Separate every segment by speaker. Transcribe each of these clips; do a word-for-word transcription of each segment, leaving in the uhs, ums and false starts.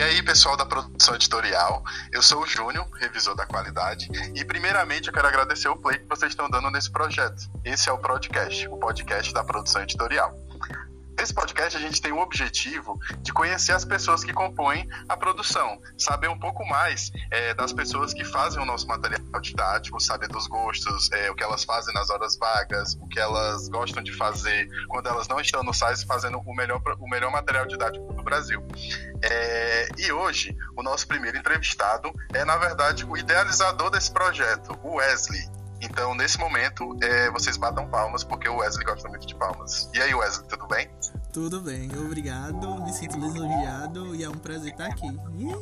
Speaker 1: E aí, pessoal da produção editorial, eu sou o Júnior, revisor da qualidade, e primeiramente eu quero agradecer o play que vocês estão dando nesse projeto. Esse é o Podcast, o podcast da produção editorial. Nesse podcast a gente tem o objetivo de conhecer as pessoas que compõem a produção, saber um pouco mais é, das pessoas que fazem o nosso material didático, saber dos gostos, é, o que elas fazem nas horas vagas, o que elas gostam de fazer quando elas não estão no site fazendo o melhor, o melhor material didático do Brasil. É, e hoje o nosso primeiro entrevistado é, na verdade, o idealizador desse projeto, o Wesley. Então, nesse momento, é, vocês batam palmas, porque o Wesley gosta muito de palmas. E aí, Wesley, tudo bem?
Speaker 2: Tudo bem, obrigado, me sinto lisonjeado e é um prazer estar aqui.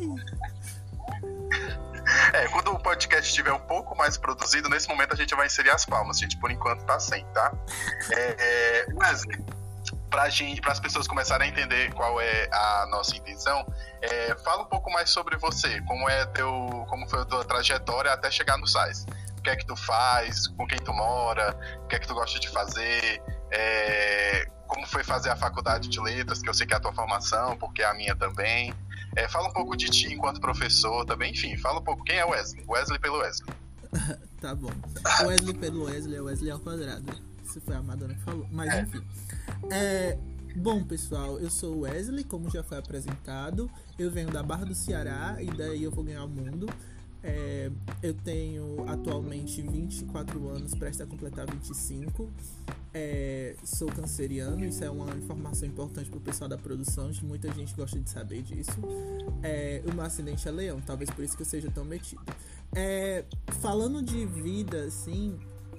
Speaker 1: É, quando o podcast estiver um pouco mais produzido, nesse momento a gente vai inserir as palmas, gente, por enquanto tá sem, tá? É, Wesley, para as pessoas começarem a entender qual é a nossa intenção, é, fala um pouco mais sobre você, como, é teu, como foi a tua trajetória até chegar no S A I S. O que é que tu faz, com quem tu mora, o que é que tu gosta de fazer, é, como foi fazer a faculdade de letras, que eu sei que é a tua formação, porque é a minha também. É, fala um pouco de ti enquanto professor também, enfim, fala um pouco. Quem é o Wesley? Wesley pelo Wesley.
Speaker 2: Tá bom. Wesley pelo Wesley é Wesley ao quadrado. Isso foi a Madonna que falou. Mas
Speaker 1: é.
Speaker 2: enfim. É, bom, pessoal, eu sou o Wesley, como já foi apresentado. Eu venho da Barra do Ceará e daí eu vou ganhar o mundo. É, eu tenho atualmente vinte e quatro anos, prestes a completar vinte e cinco. É, sou canceriano, isso é uma informação importante para o pessoal da produção, que muita gente gosta de saber disso. É, o meu acidente é leão, talvez por isso que eu seja tão metido. É, falando de vida, assim,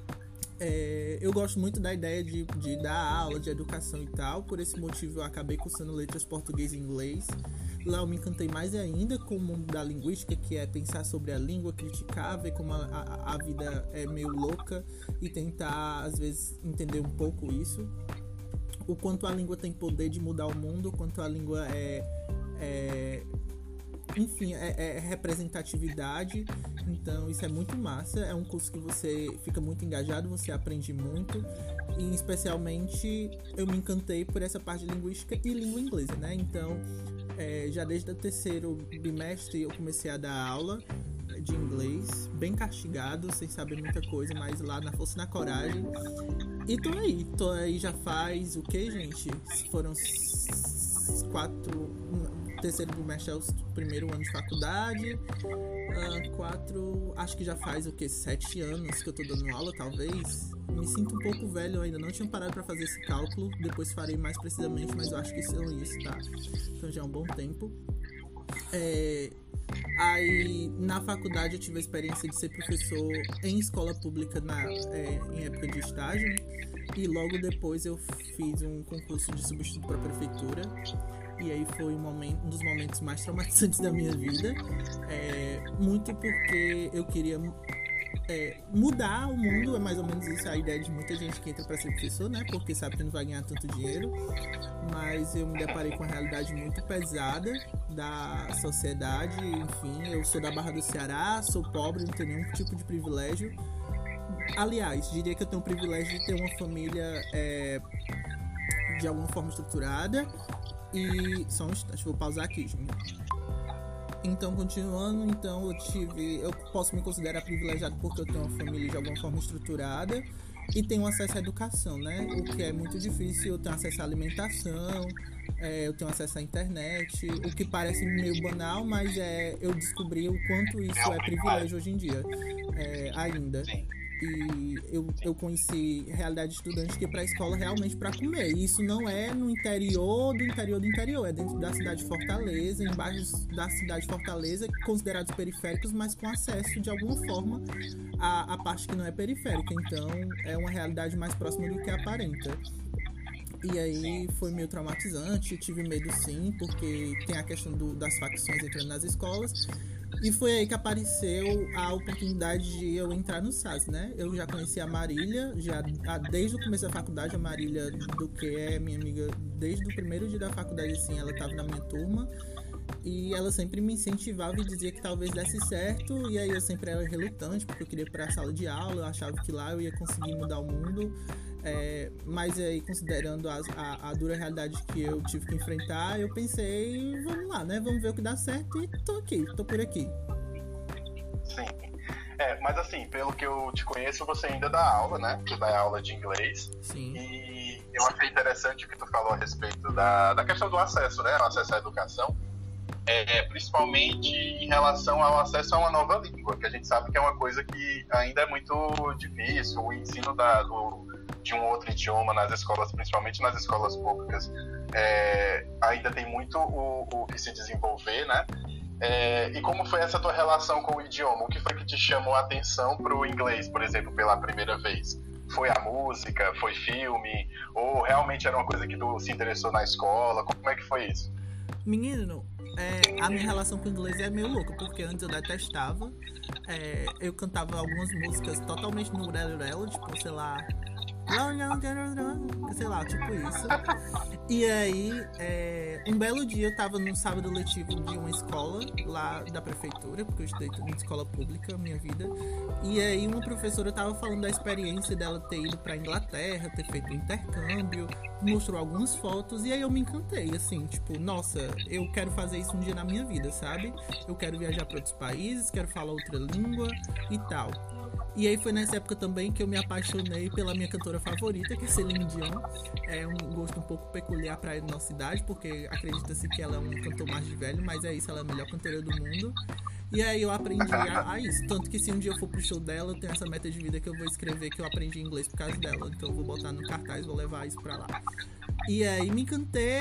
Speaker 2: é, eu gosto muito da ideia de, de dar aula, de educação e tal. Por esse motivo eu acabei cursando letras português e inglês. Lá eu me encantei mais ainda com o mundo da linguística, que é pensar sobre a língua, criticar, ver como a, a, a vida é meio louca e tentar, às vezes, entender um pouco isso. O quanto a língua tem poder de mudar o mundo, o quanto a língua é... é enfim, é, é representatividade. Então isso é muito massa. É um curso que você fica muito engajado, você aprende muito. E especialmente eu me encantei por essa parte de linguística e língua inglesa, né? Então é, já desde o terceiro bimestre eu comecei a dar aula de inglês, bem castigado, sem saber muita coisa, mas lá na força e na coragem. E tô aí, tô aí já faz o que, gente? Foram quatro... terceiro bimestre é o primeiro ano de faculdade. Uh, quatro, acho que já faz o que? Sete anos que eu tô dando aula, talvez. Me sinto um pouco velho ainda, não tinha parado pra fazer esse cálculo. Depois farei mais precisamente, mas eu acho que são isso, tá? Então já é um bom tempo. É, aí na faculdade eu tive a experiência de ser professor em escola pública na, é, em época de estágio. E logo depois eu fiz um concurso de substituto para a prefeitura. E aí foi um, momento, um dos momentos mais traumatizantes da minha vida. É, muito porque eu queria é, mudar o mundo, é mais ou menos isso a ideia de muita gente que entra para ser professor, né? Porque sabe que não vai ganhar tanto dinheiro. Mas eu me deparei com uma realidade muito pesada da sociedade. Enfim, eu sou da Barra do Ceará, sou pobre, não tenho nenhum tipo de privilégio. Aliás, diria que eu tenho o privilégio de ter uma família é, de alguma forma estruturada. E só um instante, vou pausar aqui, gente. Então, continuando, então eu tive. Eu posso me considerar privilegiado porque eu tenho uma família de alguma forma estruturada e tenho acesso à educação, né? O que é muito difícil, eu tenho acesso à alimentação, é, eu tenho acesso à internet, o que parece meio banal, mas é, eu descobri o quanto isso é privilégio hoje em dia, é, ainda. E eu, eu conheci realidade de estudante que ia pra escola realmente para comer. E isso não é no interior do interior do interior, é dentro da cidade de Fortaleza, em bairros da cidade de Fortaleza, considerados periféricos, mas com acesso de alguma forma à, à parte que não é periférica. Então é uma realidade mais próxima do que aparenta. E aí foi meio traumatizante, tive medo sim, porque tem a questão do, das facções entrando nas escolas. E foi aí que apareceu a oportunidade de eu entrar no S A S, né? Eu já conheci a Marília, já desde o começo da faculdade, a Marília do que é minha amiga desde o primeiro dia da faculdade, assim, ela estava na minha turma. E ela sempre me incentivava e dizia que talvez desse certo. E aí eu sempre era relutante, porque eu queria ir para a sala de aula, eu achava que lá eu ia conseguir mudar o mundo. É, mas aí, considerando a, a, a dura realidade que eu tive que enfrentar, eu pensei, vamos lá, né? Vamos ver o que dá certo e tô aqui, tô por aqui.
Speaker 1: Sim. É, mas assim, pelo que eu te conheço, você ainda dá aula, né? Tu dá aula de inglês.
Speaker 2: Sim.
Speaker 1: E eu achei interessante o que tu falou a respeito da, da questão do acesso, né? O acesso à educação. É, principalmente em relação ao acesso a uma nova língua, que a gente sabe que é uma coisa que ainda é muito difícil. O ensino da, do, de um outro idioma nas escolas, principalmente nas escolas públicas, é, ainda tem muito o, o que se desenvolver, né? É, e como foi essa tua relação com o idioma? O que foi que te chamou a atenção para o inglês, por exemplo, pela primeira vez? Foi a música? Foi filme? Ou realmente era uma coisa que tu se interessou na escola? Como é que foi isso?
Speaker 2: Menino, é, a minha relação com o inglês é meio louca, porque antes eu detestava. É, eu cantava algumas músicas totalmente no urelurelo, tipo, sei lá... sei lá, tipo isso. E aí, é, um belo dia eu tava num sábado letivo de uma escola lá da prefeitura, porque eu estudei em escola pública minha vida. E aí uma professora tava falando da experiência dela ter ido pra Inglaterra, ter feito um intercâmbio, mostrou algumas fotos, e aí eu me encantei, assim, tipo, nossa, eu quero fazer isso um dia na minha vida, sabe? Eu quero viajar pra outros países, quero falar outra língua e tal. E aí foi nessa época também que eu me apaixonei pela minha cantora favorita, que é Celine Dion. É um gosto um pouco peculiar pra ir na nossa cidade, porque acredita-se que ela é um cantor mais de velho, mas é isso, ela é a melhor cantora do mundo. E aí eu aprendi a, a isso. Tanto que se um dia eu for pro show dela, eu tenho essa meta de vida que eu vou escrever que eu aprendi inglês por causa dela. Então eu vou botar no cartaz, vou levar isso pra lá. E aí me encantei.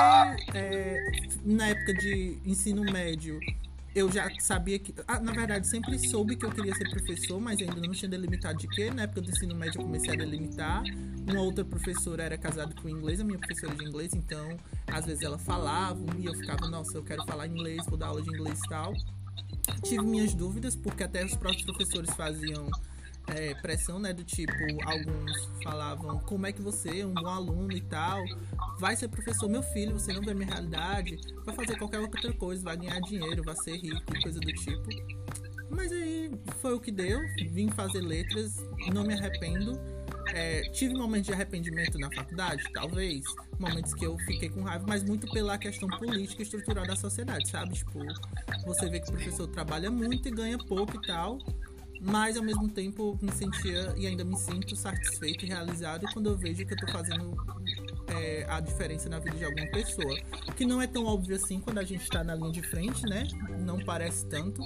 Speaker 2: É, na época de ensino médio, eu já sabia que... Ah, na verdade, sempre soube que eu queria ser professor, mas ainda não tinha delimitado de quê. Na época do ensino médio eu comecei a delimitar. Uma outra professora era casada com inglês, a minha professora de inglês, então às vezes ela falava e eu ficava, nossa, eu quero falar inglês, vou dar aula de inglês e tal. Tive minhas dúvidas, porque até os próprios professores faziam é, pressão, né, do tipo, alguns falavam, como é que você, um bom aluno e tal, vai ser professor, meu filho, você não vê a minha realidade, vai fazer qualquer outra coisa, vai ganhar dinheiro, vai ser rico e coisa do tipo. Mas aí foi o que deu, vim fazer letras, não me arrependo. É, tive momentos de arrependimento na faculdade, talvez, momentos que eu fiquei com raiva, mas muito pela questão política e estrutural da sociedade, sabe? Tipo, você vê que o professor trabalha muito e ganha pouco e tal, mas ao mesmo tempo me sentia e ainda me sinto satisfeito e realizado quando eu vejo que eu tô fazendo é, a diferença na vida de alguma pessoa, que não é tão óbvio assim quando a gente tá na linha de frente, né? Não parece tanto.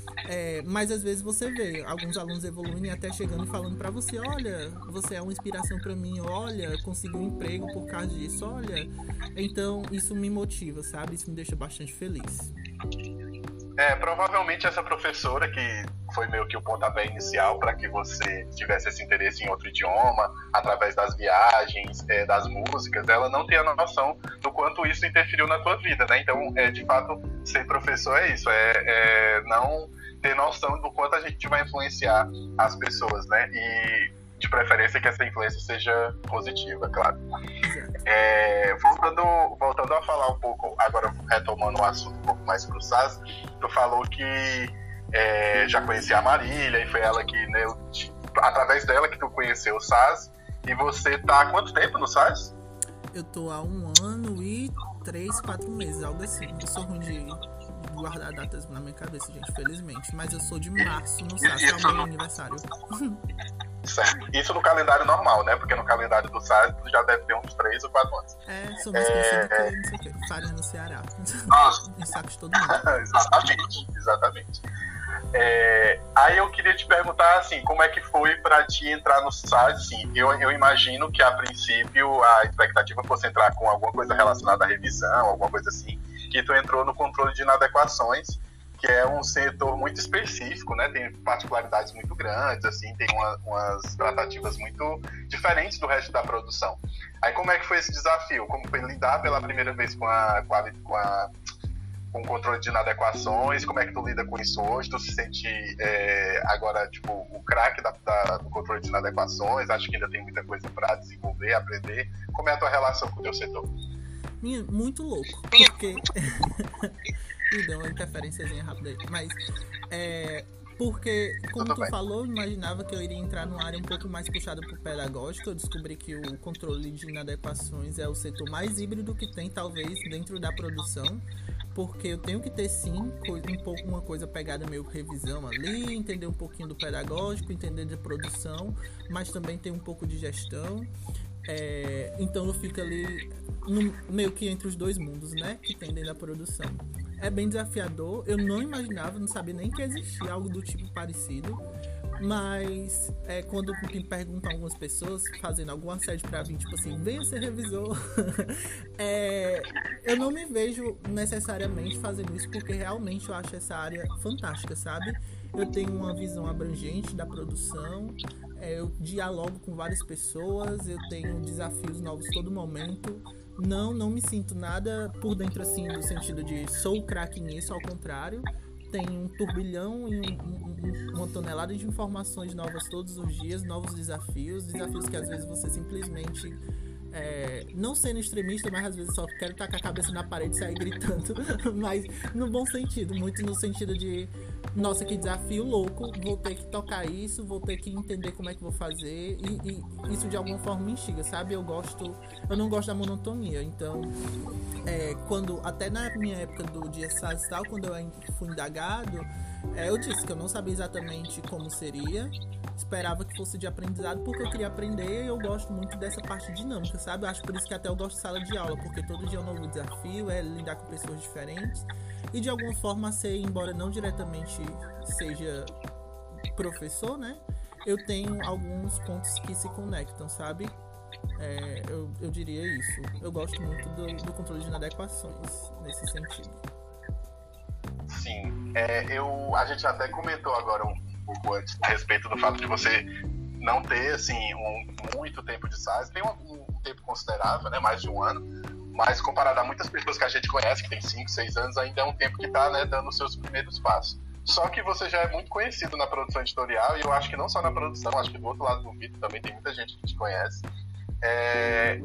Speaker 2: É, mas às vezes você vê alguns alunos evoluindo e até chegando e falando pra você, olha, você é uma inspiração pra mim, olha, consegui um emprego por causa disso, olha. Então isso me motiva, sabe? Isso me deixa bastante feliz.
Speaker 1: É, provavelmente essa professora que foi meio que o pontapé inicial para que você tivesse esse interesse em outro idioma, através das viagens, é, das músicas, ela não tem a noção do quanto isso interferiu na tua vida, né? Então, é, de fato, ser professor é isso, é, é não ter noção do quanto a gente vai influenciar as pessoas, né? E de preferência que essa influência seja positiva, claro. É, voltando, voltando a falar um pouco, agora retomando o assunto um pouco mais pro Saz, tu falou que é, já conhecia a Marília e foi ela que, né, através dela que tu conheceu o Saz, e você tá há quanto tempo no Saz?
Speaker 2: Eu tô há um ano e três, quatro meses, algo assim. Eu sou ruim de guardar datas na minha cabeça, gente, felizmente. Mas eu sou de março no Saz, que é o meu aniversário.
Speaker 1: Certo. Isso no calendário normal, né? Porque no calendário do Saz já deve ter uns três ou quatro anos.
Speaker 2: É, sou mais conhecida é... que, não sei o que, farinha no Ceará.
Speaker 1: Nossa.
Speaker 2: Em saco de todo mundo.
Speaker 1: Exatamente, exatamente. É, aí eu queria te perguntar, assim, como é que foi pra te entrar no Saz? Assim, eu, eu imagino que a princípio a expectativa fosse entrar com alguma coisa relacionada à revisão, alguma coisa assim, que tu entrou no controle de inadequações, que é um setor muito específico, né? Tem particularidades muito grandes, assim, tem uma, umas tratativas muito diferentes do resto da produção. Aí como é que foi esse desafio? Como foi lidar pela primeira vez com a, com a, com a com o controle de inadequações? Como é que tu lida com isso hoje? Tu se sente é, agora, tipo, o craque da, da, do controle de inadequações? Acho que ainda tem muita coisa para desenvolver, aprender. Como é a tua relação com o teu setor?
Speaker 2: Minha, muito louco, porque... Ih, deu uma interferênciazinha rápida aí. Mas, é... Porque, como
Speaker 1: Tudo
Speaker 2: tu
Speaker 1: bem.
Speaker 2: falou, eu imaginava que eu iria entrar numa área um pouco mais puxada pro pedagógico. Eu descobri que o controle de inadequações é o setor mais híbrido que tem, talvez, dentro da produção. Porque eu tenho que ter, sim, um pouco uma coisa pegada meio revisão ali, entender um pouquinho do pedagógico, entender de produção, mas também tem um pouco de gestão. É, então eu fico ali no, meio que entre os dois mundos, né, que tem dentro da produção. É bem desafiador, eu não imaginava, não sabia nem que existia algo do tipo parecido, mas é, quando me perguntam algumas pessoas fazendo algum assédio pra vir, tipo assim, venha ser revisor, é, eu não me vejo necessariamente fazendo isso, porque realmente eu acho essa área fantástica, sabe? Eu tenho uma visão abrangente da produção, é, eu dialogo com várias pessoas, eu tenho desafios novos todo momento. Não, não me sinto nada por dentro assim, no sentido de sou craque nisso, ao contrário. Tem um turbilhão e um, um, uma tonelada de informações novas todos os dias, novos desafios, desafios que às vezes você simplesmente, é, não sendo extremista, mas às vezes só quero tacar a cabeça na parede e sair gritando, mas no bom sentido, muito no sentido de, nossa, que desafio louco, vou ter que tocar isso, vou ter que entender como é que vou fazer, e, e isso de alguma forma me instiga, sabe? Eu gosto, eu não gosto da monotonia, então, é, quando, até na minha época do dia S A S e tal, quando eu fui indagado, é, eu disse que eu não sabia exatamente como seria, esperava que fosse de aprendizado, porque eu queria aprender e eu gosto muito dessa parte dinâmica, sabe? Eu acho por isso que até eu gosto de sala de aula, porque todo dia é um novo desafio, é lidar com pessoas diferentes, e de alguma forma ser, embora não diretamente seja professor, né? Eu tenho alguns pontos que se conectam, sabe? É, eu, eu diria isso. Eu gosto muito do, do controle de inadequações, nesse sentido.
Speaker 1: Sim, é, eu, a gente até comentou agora um pouco antes a respeito do fato de você não ter assim, um, muito tempo de S A S, tem um, um tempo considerável, né, mais de um ano, mas comparado a muitas pessoas que a gente conhece, que tem cinco, seis anos, ainda é um tempo que está, né, dando os seus primeiros passos. Só que você já é muito conhecido na produção editorial, e eu acho que não só na produção, acho que do outro lado do vídeo também tem muita gente que te conhece. É,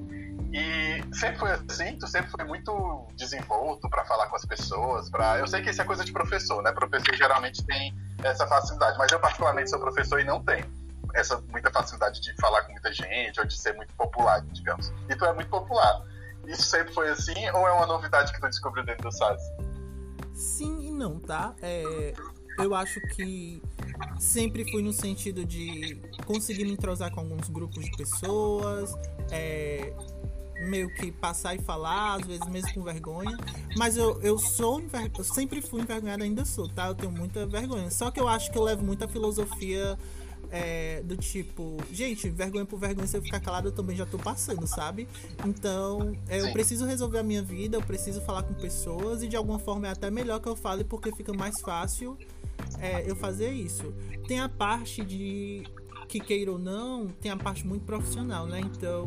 Speaker 1: e sempre foi assim, tu sempre foi muito desenvolto para falar com as pessoas, pra... eu sei que isso é coisa de professor, né? Professor geralmente tem essa facilidade, mas eu particularmente sou professor e não tenho essa muita facilidade de falar com muita gente ou de ser muito popular, digamos. E tu é muito popular. Isso sempre foi assim ou é uma novidade que tu descobriu dentro do S A S?
Speaker 2: Sim e não, tá? É, eu acho que sempre fui no sentido de conseguir me entrosar com alguns grupos de pessoas, é, meio que passar e falar, às vezes mesmo com vergonha, mas eu, eu sou eu sempre fui envergonhada, ainda sou, tá? Eu tenho muita vergonha, só que eu acho que eu levo muita filosofia, é, do tipo, gente, vergonha por vergonha, se eu ficar calado eu também já tô passando, sabe? Então, é, eu preciso resolver a minha vida, eu preciso falar com pessoas, e de alguma forma é até melhor que eu fale, porque fica mais fácil, é, eu fazer isso. Tem a parte de, que queira ou não, tem a parte muito profissional, né? Então,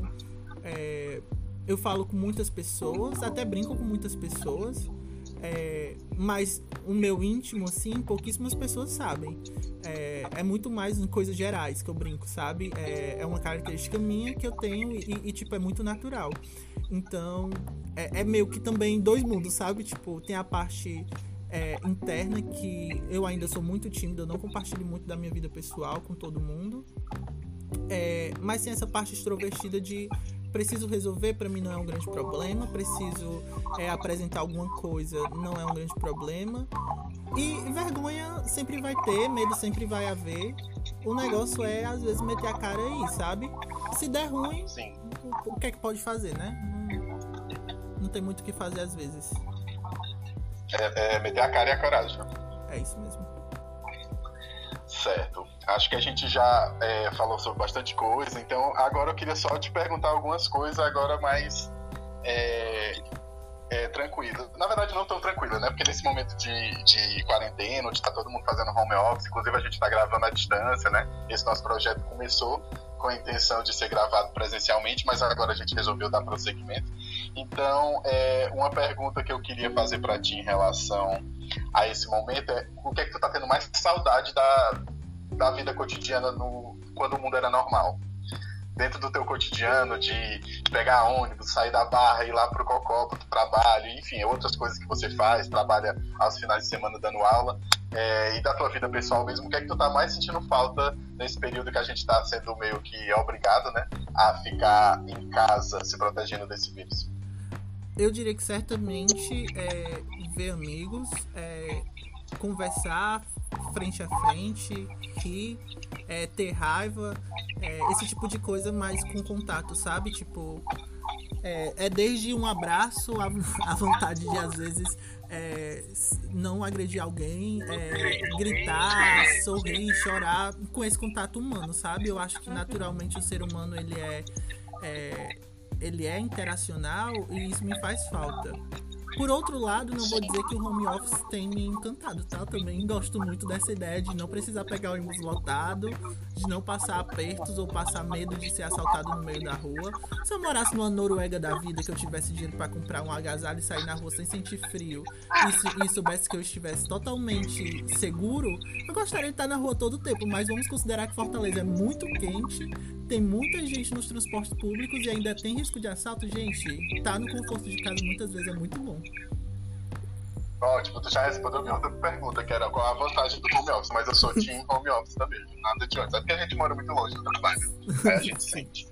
Speaker 2: é, eu falo com muitas pessoas, até brinco com muitas pessoas, é, mas o meu íntimo, assim, pouquíssimas pessoas sabem. É, é muito mais em coisas gerais que eu brinco, sabe? É, é uma característica minha que eu tenho e, e tipo, é muito natural. Então, é, é meio que também dois mundos, sabe? Tipo, tem a parte, é, interna, que eu ainda sou muito tímido, eu não compartilho muito da minha vida pessoal com todo mundo. É, mas tem essa parte extrovertida de preciso resolver, pra mim não é um grande problema, preciso, é, apresentar alguma coisa, não é um grande problema. E vergonha sempre vai ter, medo sempre vai haver. O negócio é, às vezes, meter a cara aí, sabe? Se der ruim,
Speaker 1: Sim.
Speaker 2: O, o que é que pode fazer, né? Não, não tem muito o que fazer às vezes.
Speaker 1: É, é meter a cara e a coragem, né?
Speaker 2: É isso mesmo.
Speaker 1: Certo. Acho que a gente já é, falou sobre bastante coisa, então agora eu queria só te perguntar algumas coisas agora mais é, é, tranquila. Na verdade não tão tranquila, né? Porque nesse momento de, de quarentena, onde está todo mundo fazendo home office, inclusive a gente está gravando à distância, né? Esse nosso projeto começou com a intenção de ser gravado presencialmente, mas agora a gente resolveu dar prosseguimento. Então, é, uma pergunta que eu queria fazer para ti em relação a esse momento é: o que é que tu tá tendo mais saudade da, da vida cotidiana no, quando o mundo era normal? Dentro do teu cotidiano, de pegar ônibus, sair da Barra, ir lá pro Cocó, pro trabalho, enfim, outras coisas que você faz, trabalha aos finais de semana dando aula. é, e da tua vida pessoal mesmo, o que é que tu tá mais sentindo falta nesse período que a gente tá sendo meio que obrigado, né, a ficar em casa se protegendo desse vírus?
Speaker 2: Eu diria que certamente é, ver amigos, é, conversar frente a frente, rir, é, ter raiva, é, esse tipo de coisa, mas com contato, sabe? Tipo, é, é desde um abraço a, a vontade de, às vezes, é, não agredir alguém, é, gritar, sorrir, chorar, com esse contato humano, sabe? Eu acho que naturalmente o ser humano, ele é, é, ele é interacional e isso me faz falta. Por outro lado, não vou dizer que o home office tem me encantado, tá? Também gosto muito dessa ideia de não precisar pegar o ônibus lotado, de não passar apertos ou passar medo de ser assaltado no meio da rua. Se eu morasse numa Noruega da vida, que eu tivesse dinheiro pra comprar um agasalho e sair na rua sem sentir frio, e, se, e soubesse que eu estivesse totalmente seguro, eu gostaria de estar na rua todo o tempo, mas vamos considerar que Fortaleza é muito quente, tem muita gente nos transportes públicos e ainda tem risco de assalto. Gente, tá no conforto de casa muitas vezes é muito bom.
Speaker 1: Ótimo, tu já respondeu a minha outra pergunta, que era qual a vantagem do home office, mas eu sou team home office também, nada de antes, é porque a gente mora muito longe do trabalho, aí a gente sente.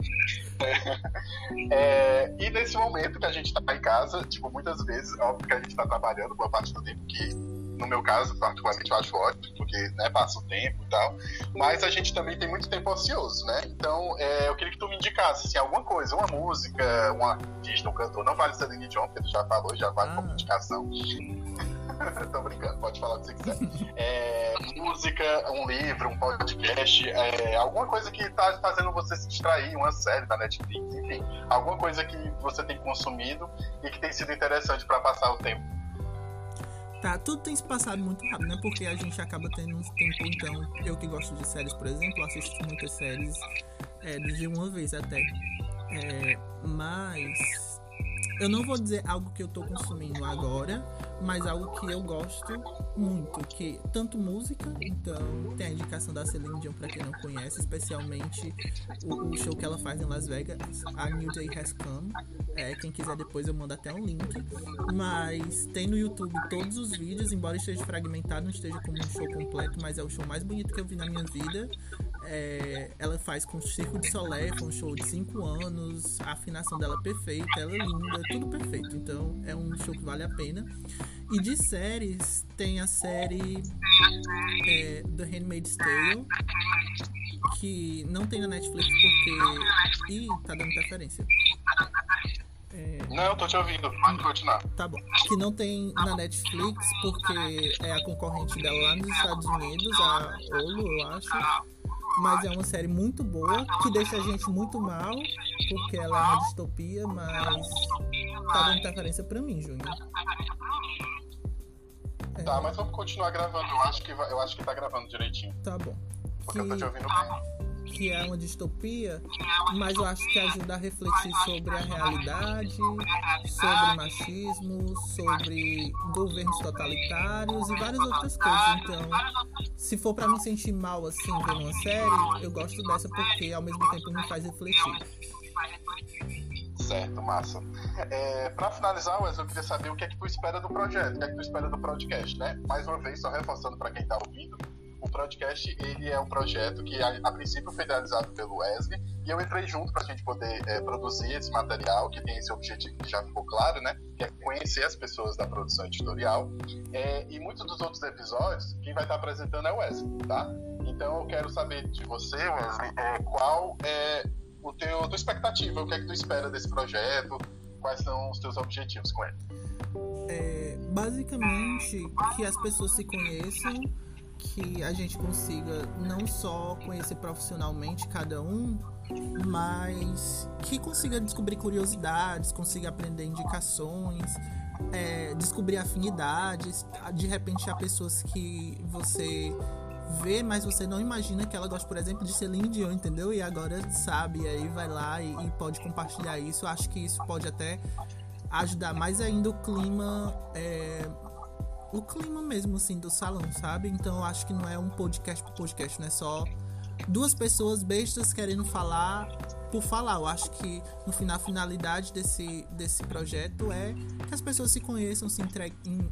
Speaker 1: É, e nesse momento que a gente tá em casa, tipo, muitas vezes, óbvio que a gente tá trabalhando boa parte do tempo, que no meu caso, particularmente, eu acho ótimo, porque, né, passa o tempo e tal, mas a gente também tem muito tempo ocioso, né? Então, é, eu queria que tu me indicasse, assim, alguma coisa, uma música, um artista, um cantor, não vale Celine Dion, porque tu já falou, já vale como indicação. Tô brincando, pode falar o que você quiser. É, música, um livro, um podcast, é, alguma coisa que tá fazendo você se distrair, uma série da Netflix, enfim, alguma coisa que você tem consumido e que tem sido interessante pra passar o tempo.
Speaker 2: Tá, tudo tem se passado muito rápido, né? Porque a gente acaba tendo um tempo, então, eu que gosto de séries, por exemplo, assisto muitas séries é, de uma vez até. É, mas eu não vou dizer algo que eu tô consumindo agora, mas algo que eu gosto muito, que tanto música, então tem a indicação da Celine Dion pra quem não conhece, especialmente o, o show que ela faz em Las Vegas, A New Day Has Come. É, quem quiser depois eu mando até um link, mas tem no YouTube todos os vídeos, embora esteja fragmentado, não esteja como um show completo, mas é o show mais bonito que eu vi na minha vida. É, ela faz com o Circo de Soleil, foi um show de cinco anos, a afinação dela é perfeita, ela é linda, é tudo perfeito, então é um show que vale a pena. E de séries, tem a série é, The Handmaid's Tale, que não tem na Netflix porque... Ih, tá dando interferência.
Speaker 1: É... Não, eu tô te ouvindo, pode continuar.
Speaker 2: Tá bom. Que não tem na Netflix porque é a concorrente dela lá nos Estados Unidos, a Hulu, eu acho. Mas é uma série muito boa, que deixa a gente muito mal, porque ela é uma distopia, mas tá dando interferência pra mim, Júnior.
Speaker 1: É... Tá, mas vamos continuar gravando, eu acho que, vai, eu acho que tá gravando direitinho.
Speaker 2: Tá bom.
Speaker 1: Porque
Speaker 2: que...
Speaker 1: eu tô te ouvindo bem.
Speaker 2: Que é uma distopia, mas eu acho que ajuda a refletir sobre a realidade, sobre machismo, sobre governos totalitários e várias outras coisas. Então, se for pra me sentir mal assim vendo uma série, eu gosto dessa porque ao mesmo tempo me faz refletir.
Speaker 1: Certo, massa. É, pra finalizar, Wes, eu queria saber o que é que tu espera do projeto, o que é que tu espera do podcast, né? Mais uma vez, só reforçando pra quem tá ouvindo, o podcast, ele é um projeto que a, a princípio foi idealizado pelo Wesley e eu entrei junto para a gente poder é, produzir esse material que tem esse objetivo que já ficou claro, né? Que é conhecer as pessoas da produção editorial. É, e muitos dos outros episódios, quem vai estar apresentando é o Wesley, tá? Então eu quero saber de você, Wesley, é, qual é o teu, a tua expectativa, o que é que tu espera desse projeto, quais são os teus objetivos com ele?
Speaker 2: É, basicamente, que as pessoas se conheçam, que a gente consiga não só conhecer profissionalmente cada um, mas que consiga descobrir curiosidades, consiga aprender indicações, é, descobrir afinidades. De repente há pessoas que você vê, mas você não imagina que ela gosta, por exemplo, de Celine Dion, entendeu? E agora sabe, e aí vai lá e, e pode compartilhar isso. Eu acho que isso pode até ajudar mais ainda o clima... É, o clima mesmo, assim, do salão, sabe? Então eu acho que não é um podcast por podcast, não é só duas pessoas bestas querendo falar por falar. Eu acho que no final, a finalidade desse, desse projeto é que as pessoas se conheçam, se entre, in, in,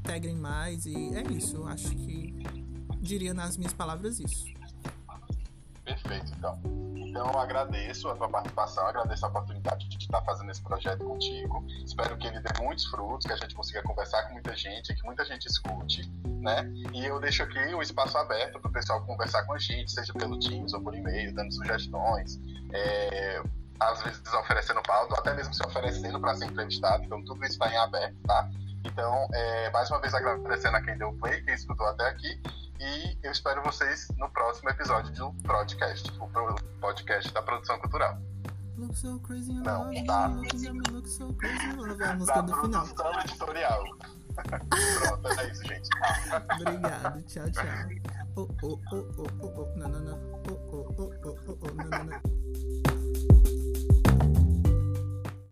Speaker 2: integrem mais e é isso. Eu acho que diria nas minhas palavras isso.
Speaker 1: Perfeito, então. Então, eu agradeço a tua participação, agradeço a oportunidade de estar fazendo esse projeto contigo. Espero que ele dê muitos frutos, que a gente consiga conversar com muita gente, que muita gente escute, né? E eu deixo aqui o espaço aberto para o pessoal conversar com a gente, seja pelo Teams ou por e-mail, dando sugestões, é, às vezes oferecendo pauta, ou até mesmo se oferecendo para ser entrevistado. Então, tudo isso está em aberto, tá? Então, é, mais uma vez agradecendo a quem deu play, quem escutou até aqui. E eu espero vocês no próximo episódio do podcast, o podcast da produção cultural.
Speaker 2: Look so crazy in
Speaker 1: Não,
Speaker 2: love,
Speaker 1: tá.
Speaker 2: look so crazy in love, é a música
Speaker 1: Da
Speaker 2: do final.
Speaker 1: produção editorial. Pronto, é isso, gente.
Speaker 2: Obrigado, tchau, tchau. Oh, oh, oh, oh, oh, oh, não, não, não. Oh, oh, oh, oh, oh, oh, não, não, não.